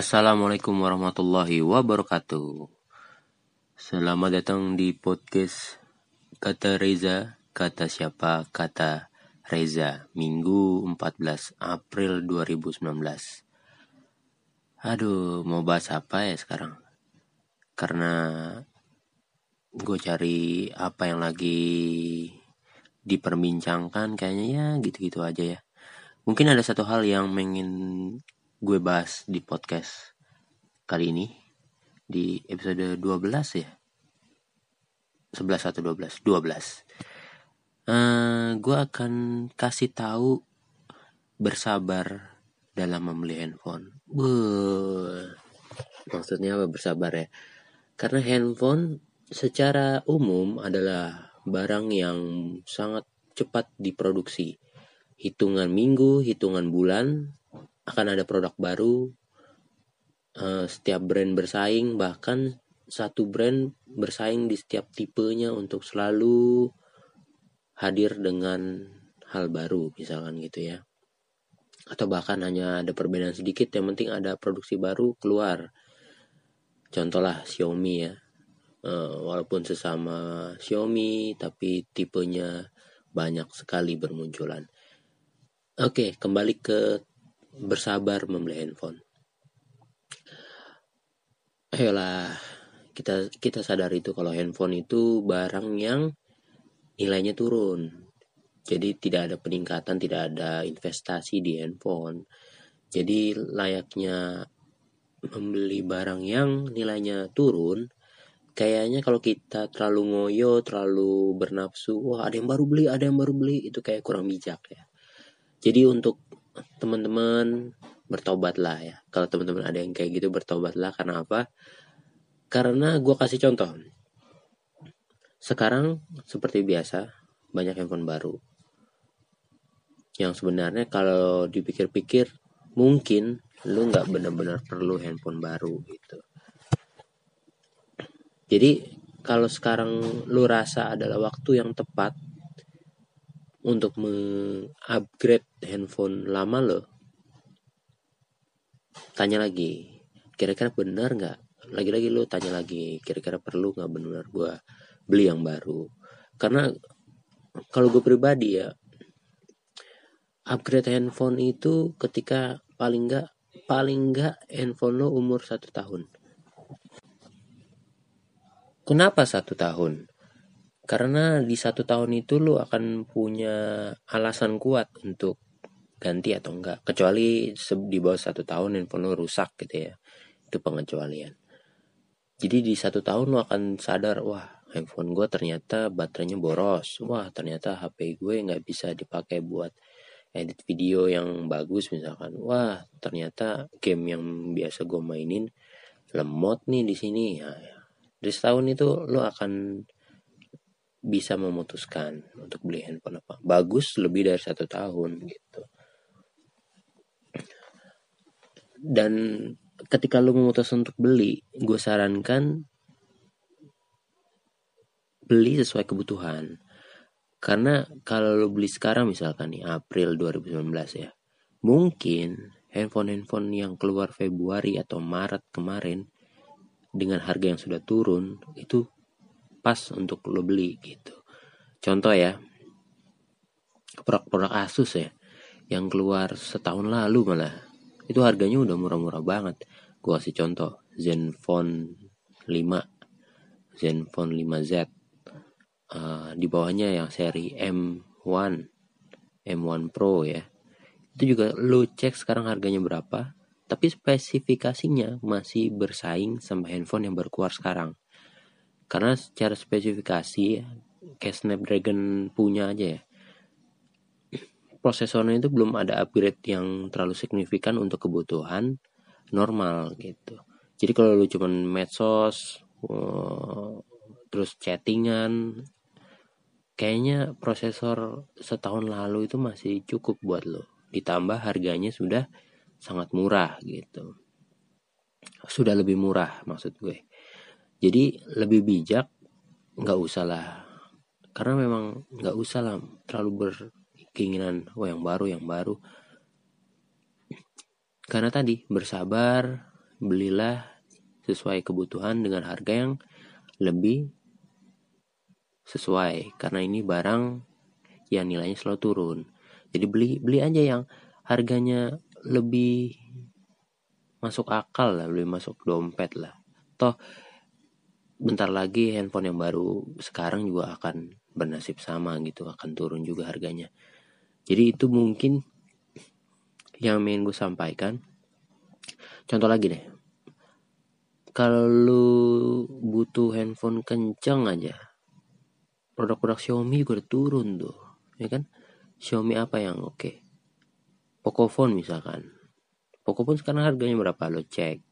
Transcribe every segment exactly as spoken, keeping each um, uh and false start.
Assalamualaikum warahmatullahi wabarakatuh. Selamat datang di podcast Kata Reza. Kata siapa? Kata Reza. Minggu empat belas April dua ribu sembilan belas. Aduh, mau bahas apa ya sekarang? Karena gue cari apa yang lagi diperbincangkan, kayaknya ya gitu-gitu aja ya. Mungkin ada satu hal yang ingin gue bahas di podcast kali ini, di episode dua belas ya, sebelas atau dua belas, dua belas. uh, gue akan kasih tahu bersabar dalam membeli handphone. Buh, maksudnya apa bersabar ya? Karena handphone secara umum adalah barang yang sangat cepat diproduksi. Hitungan minggu, hitungan bulan akan ada produk baru. Uh, setiap brand bersaing, bahkan satu brand bersaing di setiap tipenya untuk selalu hadir dengan hal baru, misalkan gitu ya. Atau bahkan hanya ada perbedaan sedikit, yang penting ada produksi baru keluar. Contohlah Xiaomi ya, uh, walaupun sesama Xiaomi tapi tipenya banyak sekali bermunculan. Oke, kembali ke bersabar membeli handphone. Ayolah, kita kita sadar itu kalau handphone itu barang yang nilainya turun. Jadi tidak ada peningkatan, tidak ada investasi di handphone. Jadi layaknya membeli barang yang nilainya turun, kayaknya kalau kita terlalu ngoyo, terlalu bernafsu, wah ada yang baru beli, ada yang baru beli, itu kayak kurang bijak ya. Jadi untuk teman-teman bertobatlah ya. Kalau teman-teman ada yang kayak gitu, bertobatlah. Karena apa? Karena gue kasih contoh. Sekarang seperti biasa banyak handphone baru yang sebenarnya kalau dipikir-pikir mungkin lu nggak benar-benar perlu handphone baru gitu. Jadi kalau sekarang lu rasa adalah waktu yang tepat untuk mengupgrade handphone lama lo, tanya lagi, kira-kira benar nggak? Lagi-lagi lu tanya lagi, kira-kira perlu nggak benar gue beli yang baru? Karena kalau gue pribadi ya, upgrade handphone itu ketika paling nggak paling nggak handphone lo umur satu tahun. Kenapa satu tahun? Karena di satu tahun itu lo akan punya alasan kuat untuk ganti atau enggak. Kecuali di bawah satu tahun handphone lo rusak gitu ya, itu pengecualian. Jadi di satu tahun lo akan sadar, wah handphone gue ternyata baterainya boros, wah ternyata H P gue nggak bisa dipakai buat edit video yang bagus misalkan, wah ternyata game yang biasa gue mainin lemot nih di sini. Ya, di setahun itu lo akan bisa memutuskan untuk beli handphone apa bagus lebih dari satu tahun gitu. Dan ketika lo memutuskan untuk beli, gue sarankan beli sesuai kebutuhan. Karena kalau lo beli sekarang misalkan nih April dua ribu sembilan belas ya, mungkin handphone-handphone yang keluar Februari atau Maret kemarin dengan harga yang sudah turun itu pas untuk lo beli gitu. Contoh ya, produk-produk Asus ya yang keluar setahun lalu malah itu harganya udah murah-murah banget. Gue kasih contoh Zenfone lima, Zenfone lima Z. Uh, di bawahnya yang seri M satu, M satu Pro ya. Itu juga lo cek sekarang harganya berapa, tapi spesifikasinya masih bersaing sama handphone yang baru keluar sekarang. Karena secara spesifikasi kayak Snapdragon punya aja ya, prosesornya itu belum ada upgrade yang terlalu signifikan untuk kebutuhan normal gitu. Jadi kalau lu cuman medsos, uh, terus chattingan, kayaknya prosesor setahun lalu itu masih cukup buat lo. Ditambah harganya sudah sangat murah gitu. Sudah lebih murah maksud gue. Jadi lebih bijak nggak usah lah. Karena memang nggak usah lah terlalu berkeinginan oh yang baru yang baru. Karena tadi bersabar belilah sesuai kebutuhan dengan harga yang lebih sesuai, karena ini barang yang nilainya selalu turun. Jadi beli beli aja yang harganya lebih masuk akal lah, lebih masuk dompet lah. Toh bentar lagi handphone yang baru sekarang juga akan bernasib sama gitu, akan turun juga harganya. Jadi itu mungkin yang ingin gue sampaikan. Contoh lagi deh, kalau lu butuh handphone kenceng aja, produk-produk Xiaomi juga udah turun tuh, ya kan? Xiaomi apa yang oke? Okay? Pocophone misalkan. Pocophone sekarang harganya berapa? Lo cek.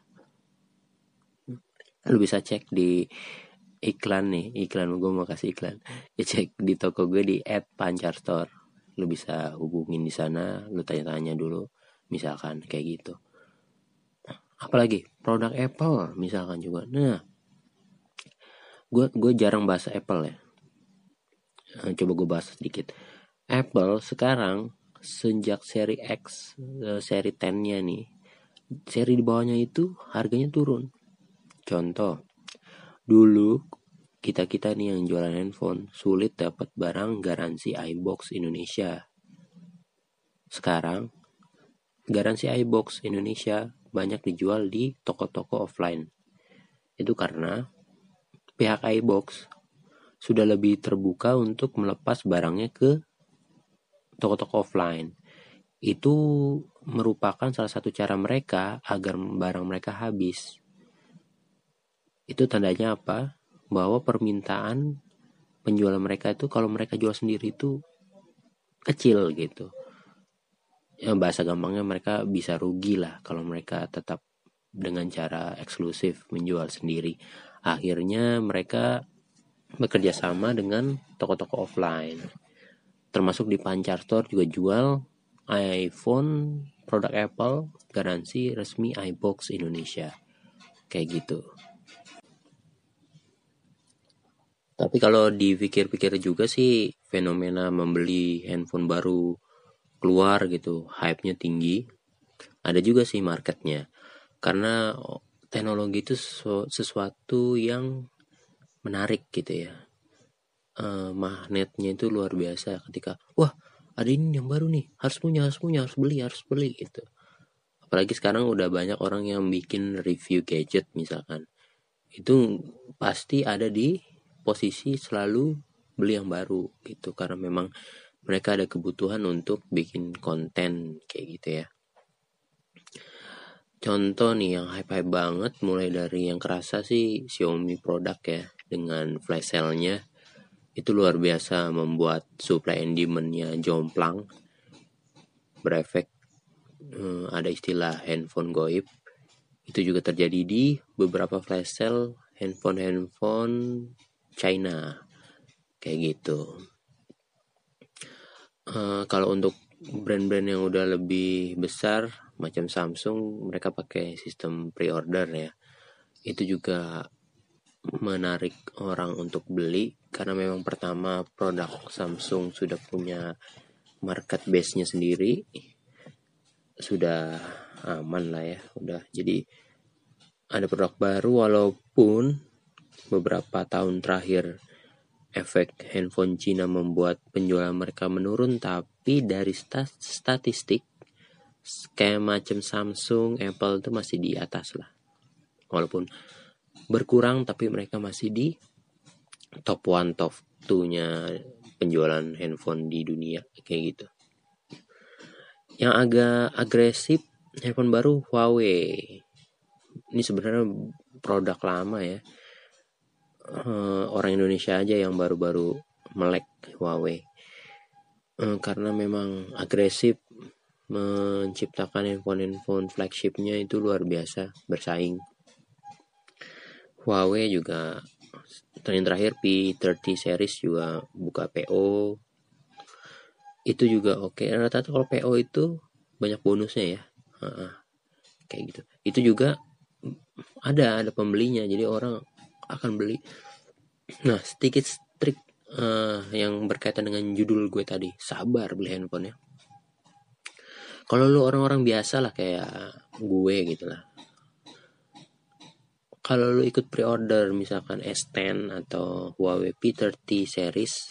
Lo bisa cek di iklan nih, iklan gue mau kasih iklan. Ya cek di toko gue di et pancar store. Lo bisa hubungin di sana, lo tanya-tanya dulu, misalkan kayak gitu. Apalagi produk Apple misalkan juga. Nah, gue gue jarang bahas Apple ya. Coba gue bahas sedikit. Apple sekarang sejak seri X, seri sepuluh-nya nih, seri di bawahnya itu harganya turun. Contoh, dulu kita-kita nih yang jualan handphone sulit dapat barang garansi iBox Indonesia. Sekarang garansi iBox Indonesia banyak dijual di toko-toko offline. Itu karena pihak iBox sudah lebih terbuka untuk melepas barangnya ke toko-toko offline. Itu merupakan salah satu cara mereka agar barang mereka habis. Itu tandanya apa? Bahwa permintaan penjualan mereka itu kalau mereka jual sendiri itu kecil gitu. Ya, bahasa gampangnya mereka bisa rugi lah kalau mereka tetap dengan cara eksklusif menjual sendiri. Akhirnya mereka bekerja sama dengan toko-toko offline. Termasuk di Pancar Store juga jual iPhone, produk Apple, garansi resmi iBox Indonesia. Kayak gitu. Tapi kalau dipikir-pikir juga sih, fenomena membeli handphone baru keluar gitu, hype-nya tinggi, ada juga sih marketnya. Karena teknologi itu sesuatu yang menarik gitu ya. Uh, magnetnya itu luar biasa ketika, wah ada ini yang baru nih, harus punya, harus punya, harus beli, harus beli gitu. Apalagi sekarang udah banyak orang yang bikin review gadget misalkan. Itu pasti ada di posisi selalu beli yang baru gitu, karena memang mereka ada kebutuhan untuk bikin konten kayak gitu ya. Contoh nih yang hype-hype banget, mulai dari yang kerasa sih Xiaomi produk ya, dengan flash sale-nya itu luar biasa, membuat supply and demand-nya jomplang, berefek eh, ada istilah handphone goib. Itu juga terjadi di beberapa flash sale handphone-handphone China kayak gitu. Uh, kalau untuk brand-brand yang udah lebih besar macam Samsung, mereka pakai sistem pre-order ya. Itu juga menarik orang untuk beli karena memang pertama produk Samsung sudah punya market base-nya sendiri, sudah aman lah ya, udah. Jadi ada produk baru walaupun beberapa tahun terakhir efek handphone Cina membuat penjualan mereka menurun, tapi dari stat- statistik kayak macam Samsung, Apple itu masih di atas lah. Walaupun berkurang tapi mereka masih di top one, top two-nya penjualan handphone di dunia kayak gitu. Yang agak agresif handphone baru Huawei. Ini sebenarnya produk lama ya. Uh, orang Indonesia aja yang baru-baru melek Huawei. Uh, karena memang agresif menciptakan handphone-handphone flagshipnya itu luar biasa bersaing. Huawei juga yang terakhir P tiga puluh series juga buka P O. Itu juga oke. Okay. Rata-rata kalau P O itu banyak bonusnya ya. Uh-uh. Kayak gitu. Itu juga ada ada pembelinya, jadi orang akan beli. Nah, sedikit trik uh, yang berkaitan dengan judul gue tadi, sabar beli handphone ya. Kalau lu orang-orang biasa lah kayak gue gitu lah, kalau lu ikut pre-order misalkan S sepuluh atau Huawei P tiga puluh series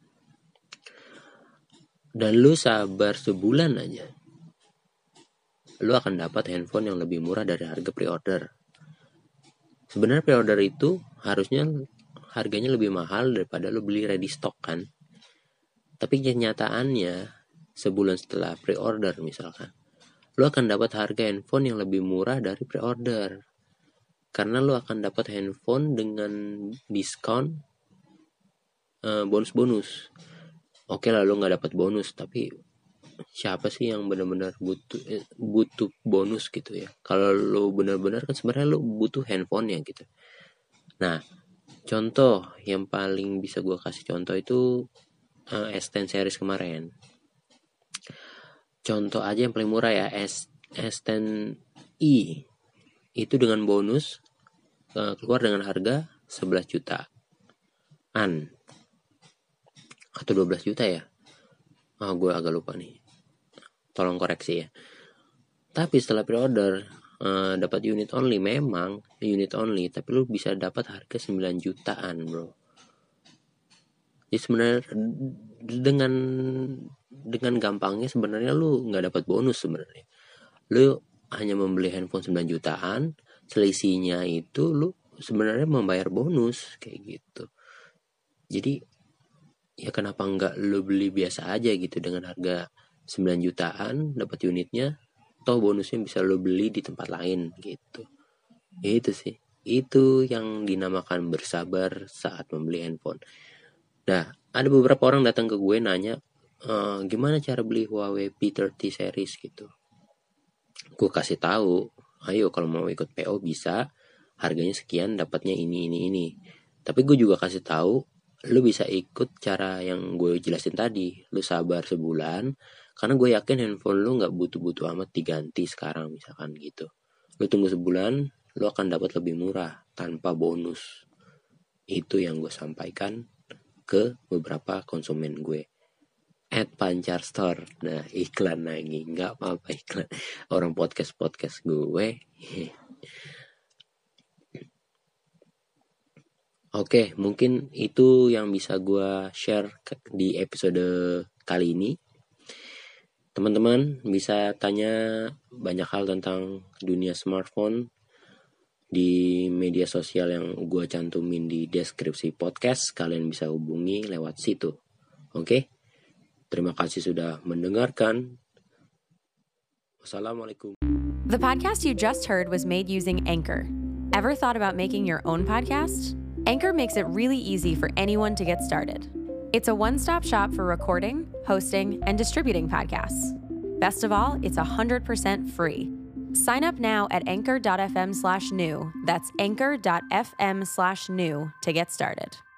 dan lu sabar sebulan aja, lu akan dapat handphone yang lebih murah dari harga pre-order. Sebenarnya pre-order itu harusnya harganya lebih mahal daripada lu beli ready stock kan. Tapi kenyataannya sebulan setelah pre-order misalkan, lu akan dapat harga handphone yang lebih murah dari pre-order. Karena lu akan dapat handphone dengan diskon uh, bonus-bonus. Oke lah lu gak dapat bonus, tapi siapa sih yang benar-benar butuh eh, butuh bonus gitu ya? Kalau lu benar-benar kan sebenarnya lu butuh handphone ya gitu. Nah, contoh yang paling bisa gue kasih contoh itu uh, S sepuluh series kemarin. Contoh aja yang paling murah ya, S sepuluh i itu dengan bonus uh, keluar dengan harga sebelas jutaan atau dua belas juta ya. Ah, oh, gue agak lupa nih. Tolong koreksi ya. Tapi setelah pre-order uh, dapat unit only, memang unit only, tapi lu bisa dapat harga sembilan jutaan, bro. Jadi sebenarnya dengan dengan gampangnya sebenarnya lu nggak dapat bonus sebenarnya. Lu hanya membeli handphone sembilan jutaan, selisihnya itu lu sebenarnya membayar bonus kayak gitu. Jadi ya kenapa nggak lu beli biasa aja gitu dengan harga sembilan jutaan dapat unitnya, toh bonusnya bisa lu beli di tempat lain gitu. Ya itu sih, itu yang dinamakan bersabar saat membeli handphone. Nah, ada beberapa orang datang ke gue nanya e, gimana cara beli Huawei P tiga puluh series gitu. Gue kasih tahu, ayo kalau mau ikut P O bisa, harganya sekian, dapatnya ini ini ini. Tapi gue juga kasih tahu, lu bisa ikut cara yang gue jelasin tadi. Lu sabar sebulan, karena gue yakin handphone lu nggak butuh-butuh amat diganti sekarang misalkan gitu. Lu tunggu sebulan, lu akan dapat lebih murah tanpa bonus. Itu yang gue sampaikan ke beberapa konsumen gue. At Pancar Store. Nah, iklan lagi, nggak apa-apa iklan. Orang podcast-podcast gue. Oke, mungkin itu yang bisa gue share di episode kali ini. Teman-teman bisa tanya banyak hal tentang dunia smartphone di media sosial yang gue cantumin di deskripsi podcast. Kalian bisa hubungi lewat situ. Oke? Terima kasih sudah mendengarkan. Wassalamualaikum. The podcast you just heard was made using Anchor. Ever thought about making your own podcast? Anchor makes it really easy for anyone to get started. It's a one-stop shop for recording, hosting, and distributing podcasts. Best of all, it's one hundred percent free. Sign up now at anchor.fm slash new. That's anchor.fm slash new to get started.